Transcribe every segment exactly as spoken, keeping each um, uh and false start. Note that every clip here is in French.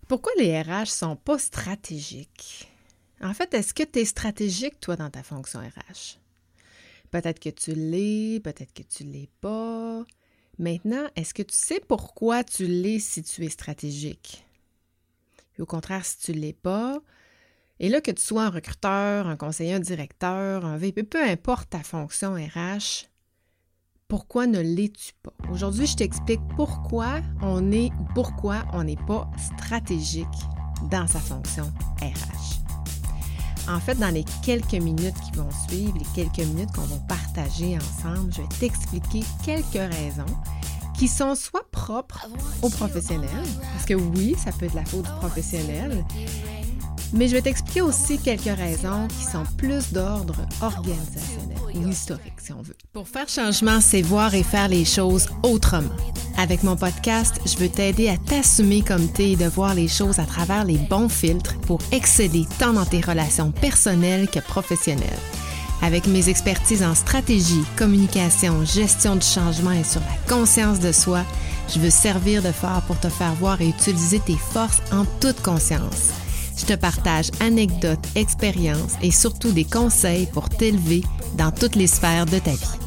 Pourquoi les R H sont pas stratégiques? En fait, est-ce que tu es stratégique, toi, dans ta fonction R H? Peut-être que tu l'es, peut-être que tu ne l'es pas. Maintenant, est-ce que tu sais pourquoi tu l'es si tu es stratégique? Puis au contraire, si tu ne l'es pas, et là que tu sois un recruteur, un conseiller, un directeur, un V P, peu importe ta fonction R H, pourquoi ne l'es-tu pas? Aujourd'hui, je t'explique pourquoi on est ou pourquoi on n'est pas stratégique dans sa fonction R H. En fait, dans les quelques minutes qui vont suivre, les quelques minutes qu'on va partager ensemble, je vais t'expliquer quelques raisons qui sont soit propres aux professionnels, parce que oui, ça peut être la faute du professionnel, mais je vais t'expliquer aussi quelques raisons qui sont plus d'ordre organisationnel ou historique, si on veut. Pour faire changement, c'est voir et faire les choses autrement. Avec mon podcast, je veux t'aider à t'assumer comme t'es et de voir les choses à travers les bons filtres pour exceller tant dans tes relations personnelles que professionnelles. Avec mes expertises en stratégie, communication, gestion du changement et sur la conscience de soi, je veux servir de phare pour te faire voir et utiliser tes forces en toute conscience. Je te partage anecdotes, expériences et surtout des conseils pour t'élever dans toutes les sphères de ta vie.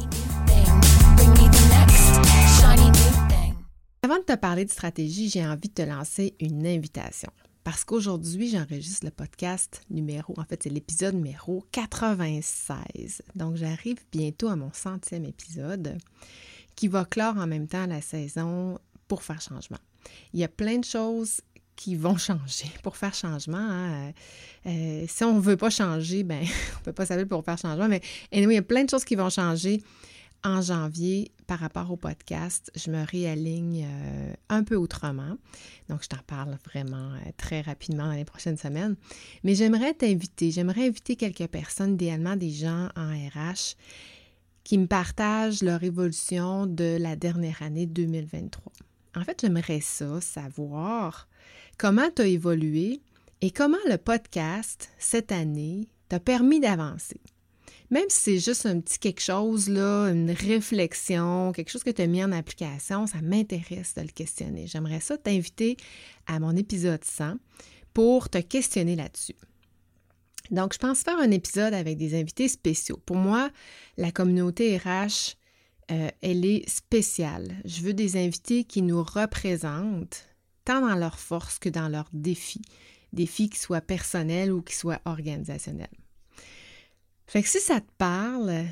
Avant de te parler de stratégie, j'ai envie de te lancer une invitation. Parce qu'aujourd'hui, j'enregistre le podcast numéro, en fait, c'est l'épisode numéro quatre-vingt-seize. Donc, j'arrive bientôt à mon centième épisode qui va clore en même temps la saison pour faire changement. Il y a plein de choses qui vont changer pour faire changement. Hein. Euh, si on ne veut pas changer, ben on ne peut pas s'appeler pour faire changement, mais anyway, il y a plein de choses qui vont changer en janvier par rapport au podcast. Je me réaligne euh, un peu autrement. Donc, je t'en parle vraiment euh, très rapidement dans les prochaines semaines. Mais j'aimerais t'inviter, j'aimerais inviter quelques personnes, idéalement des gens en R H, qui me partagent leur évolution de la dernière année deux mille vingt-trois. En fait, j'aimerais ça, savoir comment tu as évolué et comment le podcast, cette année, t'a permis d'avancer. Même si c'est juste un petit quelque chose, là, une réflexion, quelque chose que tu as mis en application, ça m'intéresse de le questionner. J'aimerais ça t'inviter à mon épisode cent pour te questionner là-dessus. Donc, je pense faire un épisode avec des invités spéciaux. Pour moi, la communauté R H, euh, elle est spéciale. Je veux des invités qui nous représentent tant dans leurs forces que dans leurs défis. Défis qui soient personnels ou qui soient organisationnels. Fait que si ça te parle,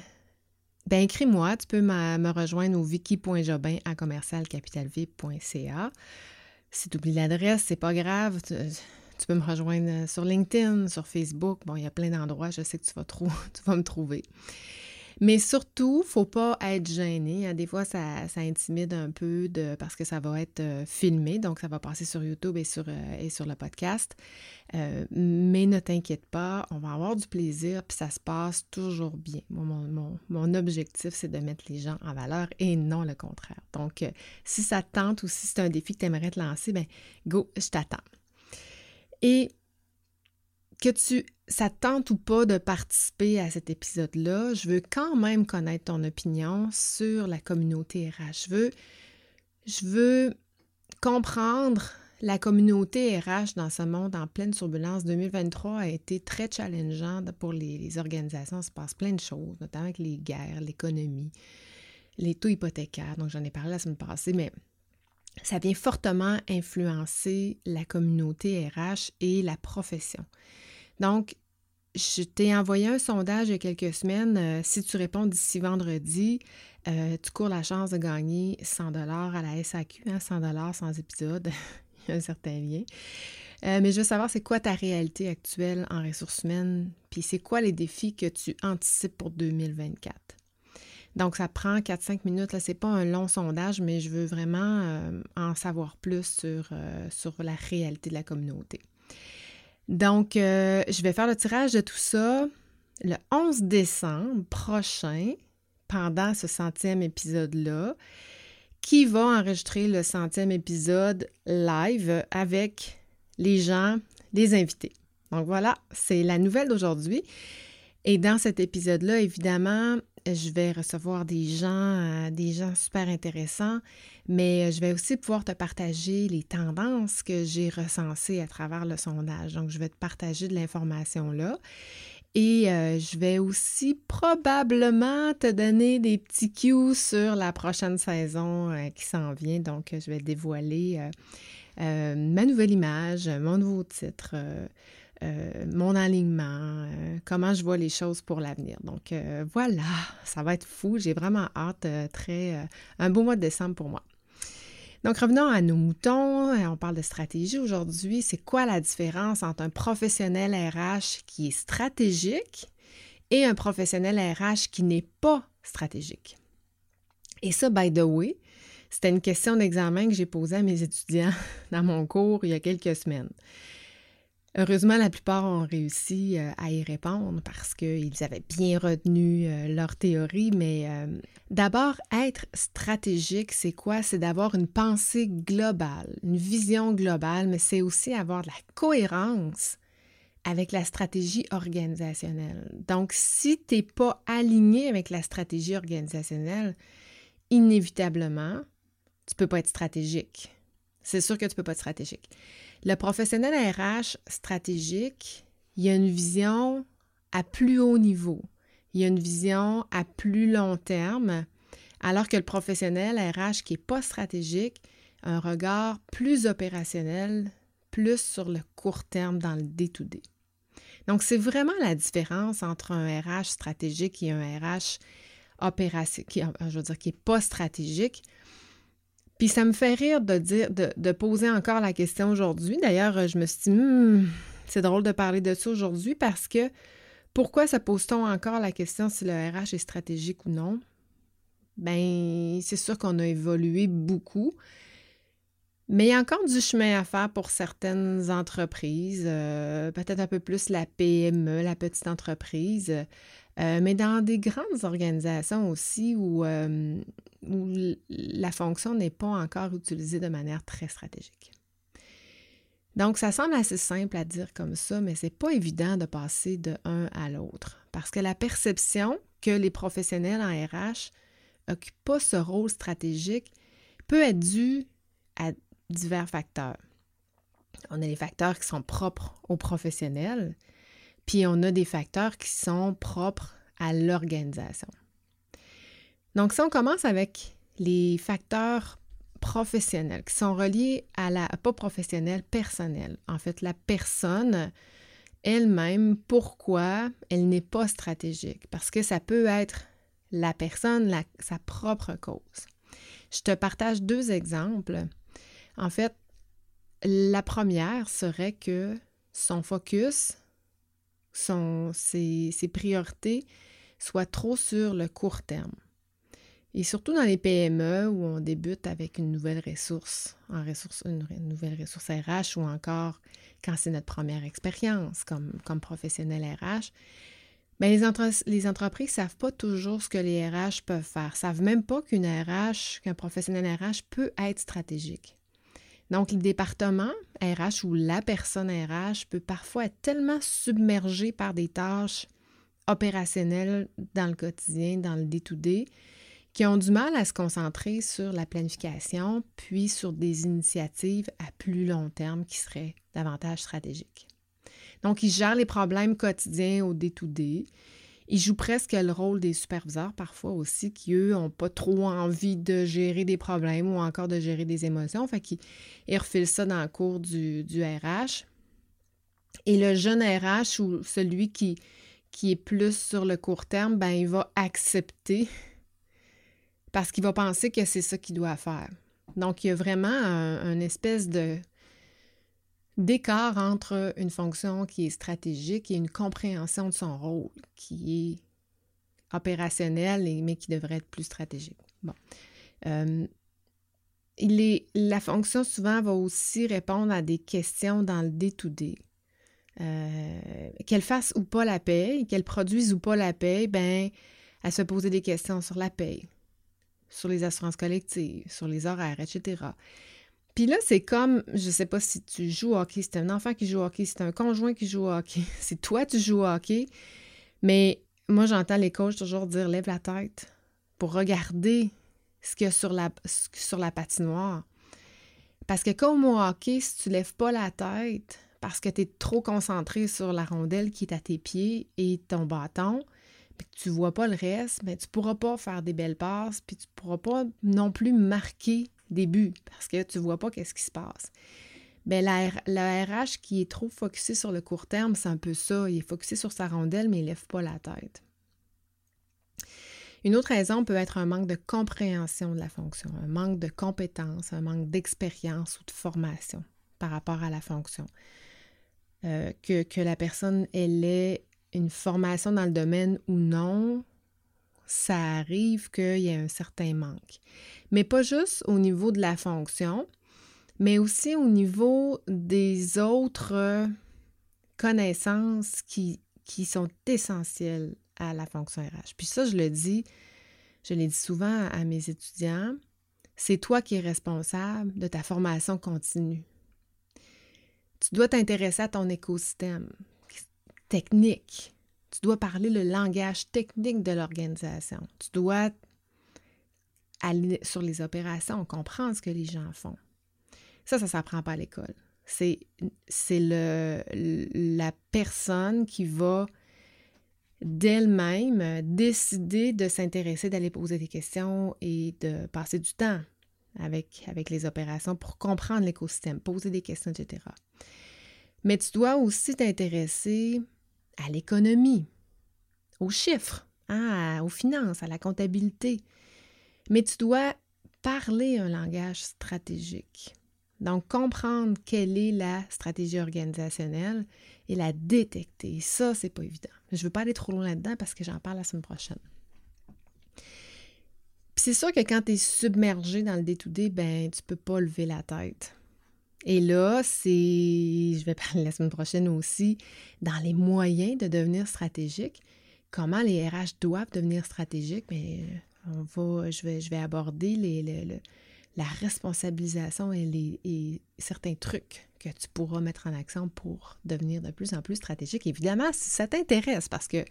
ben écris-moi, tu peux me rejoindre au vicky point jobin à commercial capital v point c a. Si tu oublies l'adresse, c'est pas grave, tu, tu peux me rejoindre sur LinkedIn, sur Facebook. Bon, il y a plein d'endroits, je sais que tu vas, trou- tu vas me trouver. Mais surtout, il ne faut pas être gêné. Des fois, ça, ça intimide un peu de, parce que ça va être euh, filmé, donc ça va passer sur YouTube et sur, euh, et sur le podcast. Euh, mais ne t'inquiète pas, on va avoir du plaisir, puis ça se passe toujours bien. Moi, mon, mon, mon objectif, c'est de mettre les gens en valeur et non le contraire. Donc, euh, si ça te tente ou si c'est un défi que tu aimerais te lancer, bien, go, je t'attends. Et que tu, ça te tente ou pas de participer à cet épisode-là, je veux quand même connaître ton opinion sur la communauté R H. Je veux, je veux comprendre la communauté R H dans ce monde en pleine turbulence. deux mille vingt-trois a été très challengeant pour les, les organisations. Il se passe plein de choses, notamment avec les guerres, l'économie, les taux hypothécaires. Donc, j'en ai parlé la semaine passée, mais ça vient fortement influencer la communauté R H et la profession. Donc, je t'ai envoyé un sondage il y a quelques semaines. Euh, si tu réponds d'ici vendredi, euh, tu cours la chance de gagner cent dollars à la S A Q, hein, cent dollars sans épisode. Il y a un certain lien. Euh, mais je veux savoir, c'est quoi ta réalité actuelle en ressources humaines, puis c'est quoi les défis que tu anticipes pour deux mille vingt-quatre. Donc, ça prend quatre à cinq minutes. Là, c'est pas un long sondage, mais je veux vraiment euh, en savoir plus sur, euh, sur la réalité de la communauté. Donc, euh, je vais faire le tirage de tout ça le onze décembre prochain, pendant ce centième épisode-là, qui va enregistrer le centième épisode live avec les gens, les invités. Donc voilà, c'est la nouvelle d'aujourd'hui. Et dans cet épisode-là, évidemment, je vais recevoir des gens, euh, des gens super intéressants, mais je vais aussi pouvoir te partager les tendances que j'ai recensées à travers le sondage. Donc, je vais te partager de l'information là. Et euh, je vais aussi probablement te donner des petits cues sur la prochaine saison euh, qui s'en vient. Donc, je vais dévoiler euh, euh, ma nouvelle image, mon nouveau titre, euh, euh, mon alignement, euh, comment je vois les choses pour l'avenir. Donc, euh, voilà, ça va être fou. J'ai vraiment hâte. Euh, très, euh, un beau mois de décembre pour moi. Donc, revenons à nos moutons. On parle de stratégie aujourd'hui. C'est quoi la différence entre un professionnel R H qui est stratégique et un professionnel R H qui n'est pas stratégique? Et ça, by the way, c'était une question d'examen que j'ai posée à mes étudiants dans mon cours il y a quelques semaines. Heureusement, la plupart ont réussi euh, à y répondre parce qu'ils avaient bien retenu euh, leur théorie, mais euh, d'abord, être stratégique, c'est quoi? C'est d'avoir une pensée globale, une vision globale, mais c'est aussi avoir de la cohérence avec la stratégie organisationnelle. Donc, si tu n'es pas aligné avec la stratégie organisationnelle, inévitablement, tu ne peux pas être stratégique. C'est sûr que tu ne peux pas être stratégique. Le professionnel R H stratégique, il a une vision à plus haut niveau. Il a une vision à plus long terme, alors que le professionnel R H qui n'est pas stratégique a un regard plus opérationnel, plus sur le court terme dans le day-to-day. Donc, c'est vraiment la différence entre un R H stratégique et un R H opérationnel, qui, je veux dire, qui n'est pas stratégique. Puis ça me fait rire de dire, de, de poser encore la question aujourd'hui. D'ailleurs, je me suis dit, hmm, c'est drôle de parler de ça aujourd'hui parce que pourquoi se pose-t-on encore la question si le R H est stratégique ou non? Bien, c'est sûr qu'on a évolué beaucoup, mais il y a encore du chemin à faire pour certaines entreprises, euh, peut-être un peu plus la P M E, la petite entreprise. Euh, mais dans des grandes organisations aussi où, euh, où la fonction n'est pas encore utilisée de manière très stratégique. Donc, ça semble assez simple à dire comme ça, mais c'est pas évident de passer de un à l'autre parce que la perception que les professionnels en R H n'occupent pas ce rôle stratégique peut être due à divers facteurs. On a les facteurs qui sont propres aux professionnels, puis on a des facteurs qui sont propres à l'organisation. Donc, si on commence avec les facteurs professionnels qui sont reliés à la, pas professionnel, personnel. En fait, la personne elle-même, pourquoi elle n'est pas stratégique? Parce que ça peut être la personne, la, sa propre cause. Je te partage deux exemples. En fait, la première serait que son focus, son, ses, ses priorités soient trop sur le court terme. Et surtout dans les P M E où on débute avec une nouvelle ressource, en ressource, une, une nouvelle ressource R H ou encore quand c'est notre première expérience comme, comme professionnel R H, bien, les, entre, les entreprises ne savent pas toujours ce que les R H peuvent faire. Ils ne savent même pas qu'une R H, qu'un professionnel R H peut être stratégique. Donc, le département R H ou la personne R H peut parfois être tellement submergé par des tâches opérationnelles dans le quotidien, dans le day-to-day, qui ont du mal à se concentrer sur la planification, puis sur des initiatives à plus long terme qui seraient davantage stratégiques. Donc, ils gèrent les problèmes quotidiens au day-to-day. Ils jouent presque le rôle des superviseurs parfois aussi, qui, eux, n'ont pas trop envie de gérer des problèmes ou encore de gérer des émotions. Fait qu'ils ils refilent ça dans le cours du, du R H. Et le jeune R H ou celui qui, qui est plus sur le court terme, ben il va accepter parce qu'il va penser que c'est ça qu'il doit faire. Donc, il y a vraiment un, un espèce de d'écart entre une fonction qui est stratégique et une compréhension de son rôle qui est opérationnelle, mais qui devrait être plus stratégique. Bon. Euh, il est, la fonction, souvent, va aussi répondre à des questions dans le day-to-day. Euh, qu'elle fasse ou pas la paye, qu'elle produise ou pas la paye, bien, elle se poser des questions sur la paye, sur les assurances collectives, sur les horaires, et cetera. Puis là, c'est comme, je ne sais pas si tu joues au hockey, c'est un enfant qui joue au hockey, c'est un conjoint qui joue au hockey, c'est toi qui joues au hockey, mais moi, j'entends les coachs toujours dire « lève la tête » pour regarder ce qu'il y a sur la, sur la patinoire. Parce que comme au hockey, si tu ne lèves pas la tête parce que tu es trop concentré sur la rondelle qui est à tes pieds et ton bâton, puis que tu ne vois pas le reste, bien, tu ne pourras pas faire des belles passes, puis tu ne pourras pas non plus marquer des buts parce que tu ne vois pas qu'est-ce qui se passe. Bien, la, la R H qui est trop focusé sur le court terme, c'est un peu ça. Il est focusé sur sa rondelle, mais il ne lève pas la tête. Une autre raison peut être un manque de compréhension de la fonction, un manque de compétences, un manque d'expérience ou de formation par rapport à la fonction. Euh, que, que la personne elle ait une formation dans le domaine ou non, ça arrive qu'il y ait un certain manque. Mais pas juste au niveau de la fonction, mais aussi au niveau des autres connaissances qui, qui sont essentielles à la fonction R H. Puis ça, je le dis, je l'ai dit souvent à mes étudiants, c'est toi qui es responsable de ta formation continue. Tu dois t'intéresser à ton écosystème technique. Tu dois parler le langage technique de l'organisation. Tu dois aller sur les opérations, comprendre ce que les gens font. Ça, ça ne s'apprend pas à l'école. C'est, c'est le, la personne qui va d'elle-même décider de s'intéresser, d'aller poser des questions et de passer du temps avec, avec les opérations pour comprendre l'écosystème, poser des questions, et cetera. Mais tu dois aussi t'intéresser à l'économie, aux chiffres, hein, aux finances, à la comptabilité. Mais tu dois parler un langage stratégique. Donc, comprendre quelle est la stratégie organisationnelle et la détecter. Ça, c'est pas évident. Je ne veux pas aller trop loin là-dedans parce que j'en parle la semaine prochaine. Puis c'est sûr que quand tu es submergé dans le day-to-day, ben tu peux pas lever la tête. Et là, c'est, je vais parler la semaine prochaine aussi, dans les moyens de devenir stratégique. Comment les R H doivent devenir stratégiques? Mais on va, je vais, je vais aborder les, les, les la responsabilisation et, les, et certains trucs que tu pourras mettre en action pour devenir de plus en plus stratégique. Évidemment, si ça t'intéresse, parce que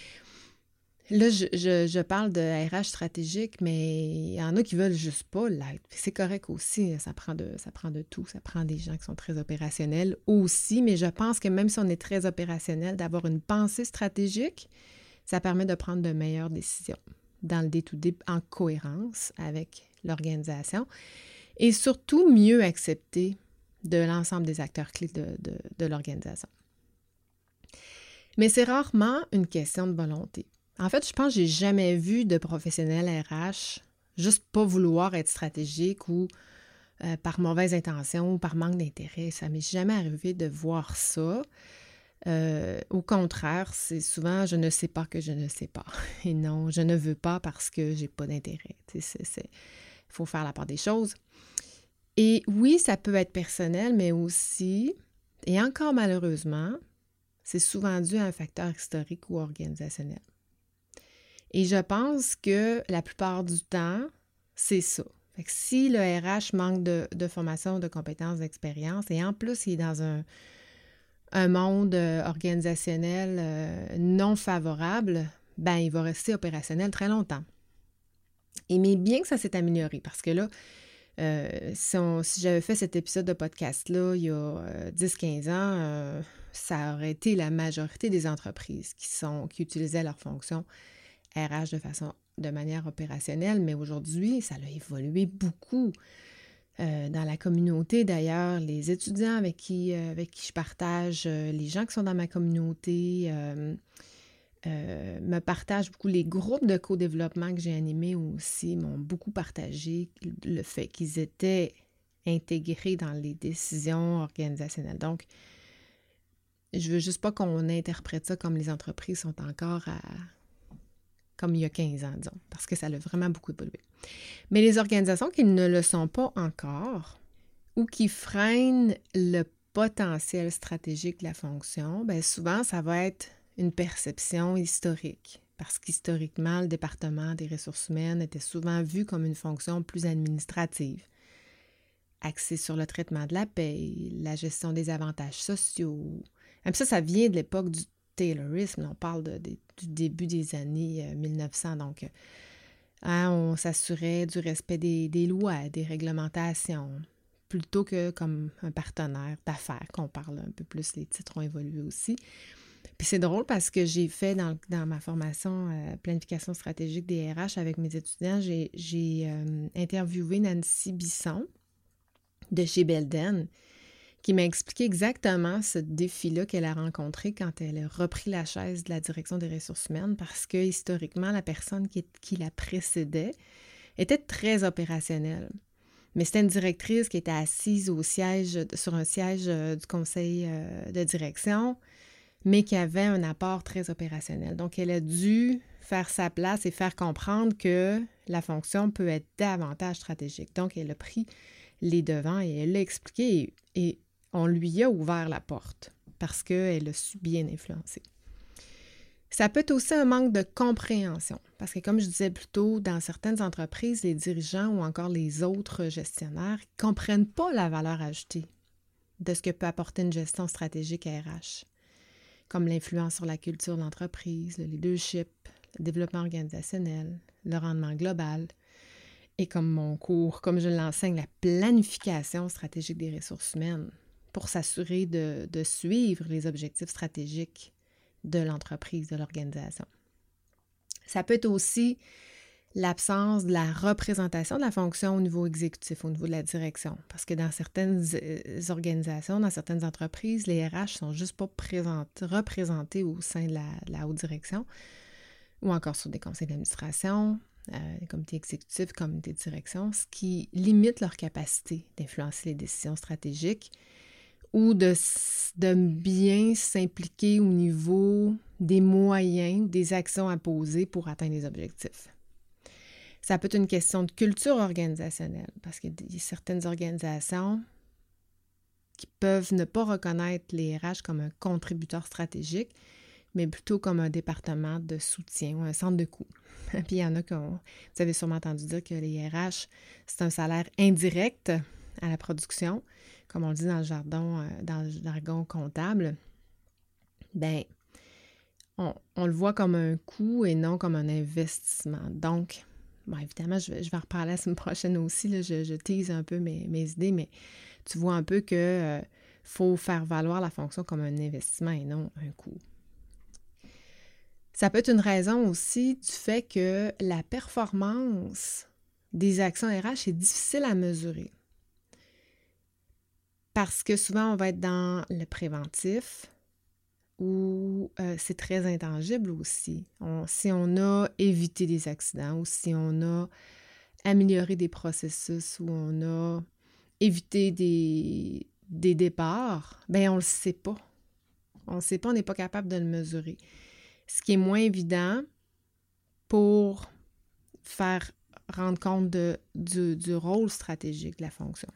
là, je, je, je parle de R H stratégique, mais il y en a qui veulent juste pas l'être. C'est correct aussi, ça prend, de, ça prend de tout. Ça prend des gens qui sont très opérationnels aussi, mais je pense que même si on est très opérationnel, d'avoir une pensée stratégique, ça permet de prendre de meilleures décisions dans le day-to-day en cohérence avec l'organisation et surtout mieux accepter de l'ensemble des acteurs clés de, de, de l'organisation. Mais c'est rarement une question de volonté. En fait, je pense que j'ai jamais vu de professionnel R H juste pas vouloir être stratégique ou euh, par mauvaise intention ou par manque d'intérêt. Ça m'est jamais arrivé de voir ça. Euh, au contraire, c'est souvent « je ne sais pas que je ne sais pas ». Et non, je ne veux pas parce que j'ai pas d'intérêt. Il faut faire la part des choses. Et oui, ça peut être personnel, mais aussi, et encore malheureusement, c'est souvent dû à un facteur historique ou organisationnel. Et je pense que la plupart du temps, c'est ça. Fait que si le R H manque de, de formation, de compétences, d'expérience, et en plus, il est dans un un monde organisationnel euh, non favorable, ben il va rester opérationnel très longtemps. Et mais bien que ça s'est amélioré, parce que là, euh, si, on, si j'avais fait cet épisode de podcast-là il y a euh, dix à quinze ans, euh, ça aurait été la majorité des entreprises qui, sont, qui utilisaient leur fonction R H de façon, de manière opérationnelle, mais aujourd'hui, ça a évolué beaucoup. Euh, dans la communauté, d'ailleurs, les étudiants avec qui, euh, avec qui je partage, euh, les gens qui sont dans ma communauté, euh, euh, me partagent beaucoup. Les groupes de co-développement que j'ai animés aussi m'ont beaucoup partagé le fait qu'ils étaient intégrés dans les décisions organisationnelles. Donc, je veux juste pas qu'on interprète ça comme les entreprises sont encore à... comme il y a quinze ans, disons, parce que ça a vraiment beaucoup évolué. Mais les organisations qui ne le sont pas encore ou qui freinent le potentiel stratégique de la fonction, bien souvent, ça va être une perception historique, parce qu'historiquement, le département des ressources humaines était souvent vu comme une fonction plus administrative, axée sur le traitement de la paie, la gestion des avantages sociaux. Même ça, ça vient de l'époque du Taylorisme. On parle de, de, du début des années euh, mille neuf cents. Donc, hein, on s'assurait du respect des, des lois, des réglementations, plutôt que comme un partenaire d'affaires, qu'on parle un peu plus, les titres ont évolué aussi. Puis c'est drôle parce que j'ai fait dans, dans ma formation euh, planification stratégique des R H avec mes étudiants, j'ai, j'ai euh, interviewé Nancy Bisson de chez Belden, qui m'a expliqué exactement ce défi-là qu'elle a rencontré quand elle a repris la chaise de la direction des ressources humaines, parce que historiquement, la personne qui, qui la précédait était très opérationnelle. Mais c'était une directrice qui était assise au siège, sur un siège euh, du conseil euh, de direction, mais qui avait un apport très opérationnel. Donc, elle a dû faire sa place et faire comprendre que la fonction peut être davantage stratégique. Donc, elle a pris les devants et elle l'a expliqué et, et on lui a ouvert la porte parce qu'elle a su bien influencer. Ça peut être aussi un manque de compréhension parce que, comme je disais plus tôt, dans certaines entreprises, les dirigeants ou encore les autres gestionnaires ne comprennent pas la valeur ajoutée de ce que peut apporter une gestion stratégique à R H, comme l'influence sur la culture de l'entreprise, le leadership, le développement organisationnel, le rendement global, et comme mon cours, comme je l'enseigne, la planification stratégique des ressources humaines pour s'assurer de, de suivre les objectifs stratégiques de l'entreprise, de l'organisation. Ça peut être aussi l'absence de la représentation de la fonction au niveau exécutif, au niveau de la direction. Parce que dans certaines organisations, dans certaines entreprises, les R H ne sont juste pas représentés au sein de la, de la haute direction ou encore sur des conseils d'administration, euh, des comités exécutifs, comités de direction, ce qui limite leur capacité d'influencer les décisions stratégiques ou de, de bien s'impliquer au niveau des moyens, des actions à poser pour atteindre les objectifs. Ça peut être une question de culture organisationnelle, parce qu'il y a certaines organisations qui peuvent ne pas reconnaître les R H comme un contributeur stratégique, mais plutôt comme un département de soutien ou un centre de coût. Puis il y en a qui ont, vous avez sûrement entendu dire que les R H, c'est un salaire indirect à la production, comme on le dit dans le jargon, dans le jargon comptable. Bien, on, on le voit comme un coût et non comme un investissement. Donc, bon, évidemment, je vais, je vais en reparler la semaine prochaine aussi, là, je, je tease un peu mes, mes idées, mais tu vois un peu qu'il euh, faut faire valoir la fonction comme un investissement et non un coût. Ça peut être une raison aussi du fait que la performance des actions R H est difficile à mesurer. Parce que souvent, on va être dans le préventif où euh, c'est très intangible aussi. On, si on a évité des accidents ou si on a amélioré des processus ou on a évité des, des départs, bien, on ne le sait pas. On ne le sait pas, on n'est pas capable de le mesurer. Ce qui est moins évident pour faire rendre compte de, du, du rôle stratégique de la fonction.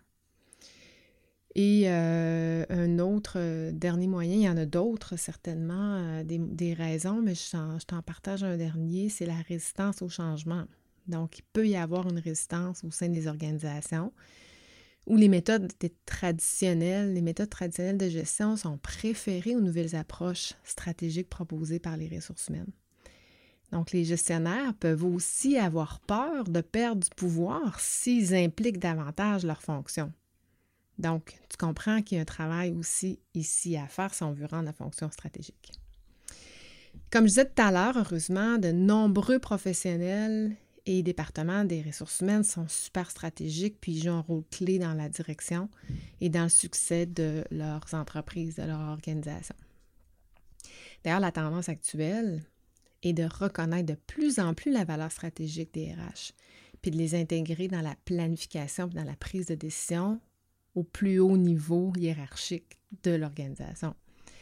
Et euh, un autre euh, dernier moyen, il y en a d'autres certainement, euh, des, des raisons, mais je t'en, je t'en partage un dernier, c'est la résistance au changement. Donc, il peut y avoir une résistance au sein des organisations où les méthodes traditionnelles, les méthodes traditionnelles de gestion sont préférées aux nouvelles approches stratégiques proposées par les ressources humaines. Donc, les gestionnaires peuvent aussi avoir peur de perdre du pouvoir s'ils impliquent davantage leurs fonctions. Donc, tu comprends qu'il y a un travail aussi ici à faire si on veut rendre la fonction stratégique. Comme je disais tout à l'heure, heureusement, de nombreux professionnels et départements des ressources humaines sont super stratégiques puis jouent un rôle clé dans la direction et dans le succès de leurs entreprises, de leur organisation. D'ailleurs, la tendance actuelle est de reconnaître de plus en plus la valeur stratégique des R H puis de les intégrer dans la planification puis dans la prise de décision au plus haut niveau hiérarchique de l'organisation.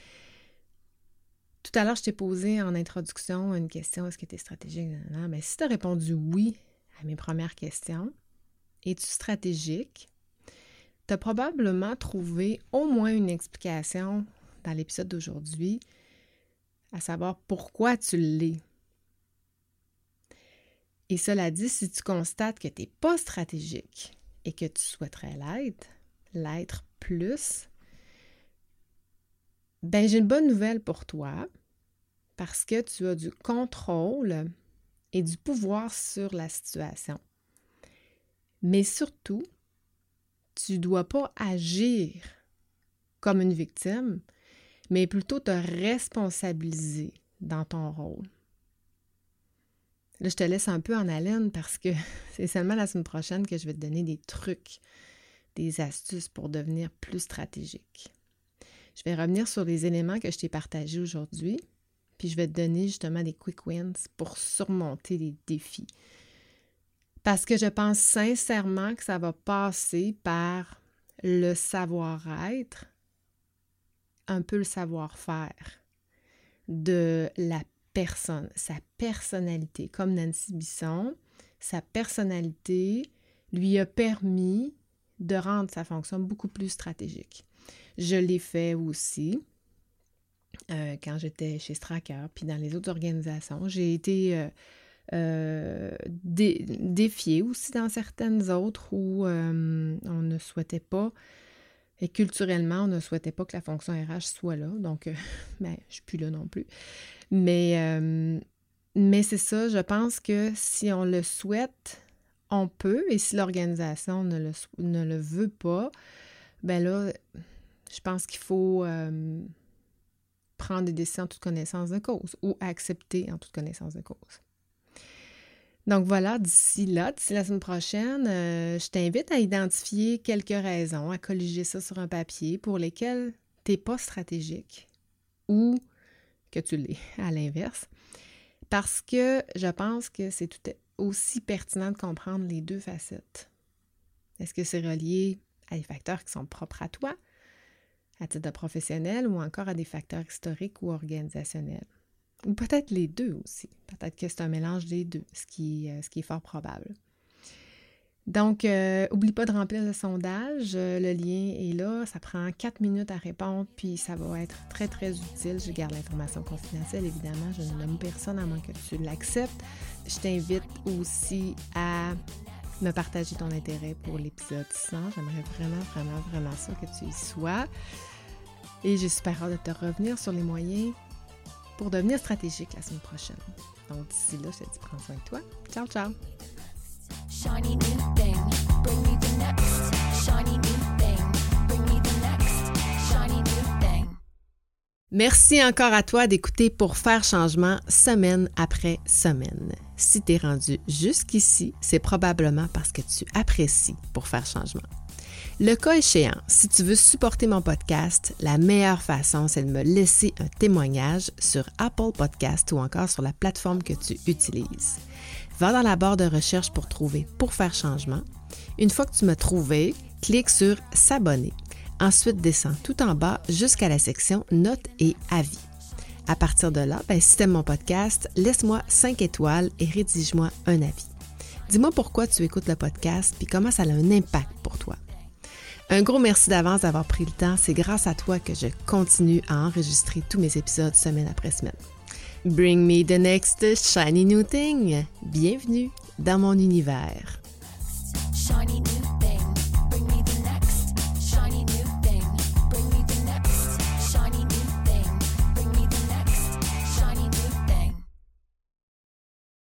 Tout à l'heure, je t'ai posé en introduction une question, est-ce que tu es stratégique? Non, mais si tu as répondu oui à mes premières questions, es-tu stratégique? Tu as probablement trouvé au moins une explication dans l'épisode d'aujourd'hui, à savoir pourquoi tu l'es. Et cela dit, si tu constates que tu n'es pas stratégique et que tu souhaiterais l'être, l'être plus, ben j'ai une bonne nouvelle pour toi. parce que tu as du contrôle et du pouvoir sur la situation. Mais surtout, tu ne dois pas agir comme une victime, mais plutôt te responsabiliser dans ton rôle. Là, je te laisse un peu en haleine parce que c'est seulement la semaine prochaine que je vais te donner des trucs, des astuces pour devenir plus stratégique. Je vais revenir sur les éléments que je t'ai partagés aujourd'hui, puis je vais te donner justement des quick wins pour surmonter les défis. Parce que je pense sincèrement que ça va passer par le savoir-être, un peu le savoir-faire de la personne, sa personnalité. Comme Nancy Bisson, sa personnalité lui a permis de rendre sa fonction beaucoup plus stratégique. Je l'ai fait aussi euh, quand j'étais chez Stracker, puis dans les autres organisations. J'ai été euh, euh, dé- défiée aussi dans certaines autres où euh, on ne souhaitait pas, et culturellement, on ne souhaitait pas que la fonction R H soit là. Donc, euh, ben, je ne suis plus là non plus. Mais, euh, mais c'est ça, je pense que si on le souhaite, on peut. Et si l'organisation ne le, ne le veut pas, ben là, je pense qu'il faut euh, prendre des décisions en toute connaissance de cause ou accepter en toute connaissance de cause. Donc voilà, d'ici là, d'ici la semaine prochaine, euh, je t'invite à identifier quelques raisons, à colliger ça sur un papier pour lesquelles tu n'es pas stratégique ou que tu l'es, à l'inverse. Parce que je pense que c'est tout aussi pertinent de comprendre les deux facettes. Est-ce que c'est relié à des facteurs qui sont propres à toi, à titre de professionnel, ou encore à des facteurs historiques ou organisationnels? Ou peut-être les deux aussi. Peut-être que c'est un mélange des deux, ce qui, euh, ce qui est fort probable. Donc, euh, oublie pas de remplir le sondage. Euh, le lien est là. Ça prend quatre minutes à répondre, puis ça va être très, très utile. Je garde l'information confidentielle, évidemment. Je ne nomme personne à moins que tu l'acceptes. Je t'invite aussi à me partager ton intérêt pour l'épisode cent. J'aimerais vraiment, vraiment, vraiment ça que tu y sois. Et j'ai super hâte de te revenir sur les moyens pour devenir stratégique la semaine prochaine. Donc, d'ici là, je te dis, prends soin de toi. Ciao, ciao! Shiny new thing, bring me the next. Shiny new thing, bring me the next. Shiny new thing. Merci encore à toi d'écouter Pour faire changement semaine après semaine. Si t'es rendu jusqu'ici, c'est probablement parce que tu apprécies Pour faire changement. Le cas échéant, si tu veux supporter mon podcast, la meilleure façon, c'est de me laisser un témoignage sur Apple Podcast ou encore sur la plateforme que tu utilises. Va dans la barre de recherche pour trouver Pour faire changement. Une fois que tu m'as trouvé, clique sur « S'abonner ». Ensuite, descends tout en bas jusqu'à la section « Notes et avis ». À partir de là, ben, si tu aimes mon podcast, laisse-moi cinq étoiles et rédige-moi un avis. Dis-moi pourquoi tu écoutes le podcast puis comment ça a un impact pour toi. Un gros merci d'avance d'avoir pris le temps. C'est grâce à toi que je continue à enregistrer tous mes épisodes semaine après semaine. Bring me the next shiny new thing. Bienvenue dans mon univers. Shiny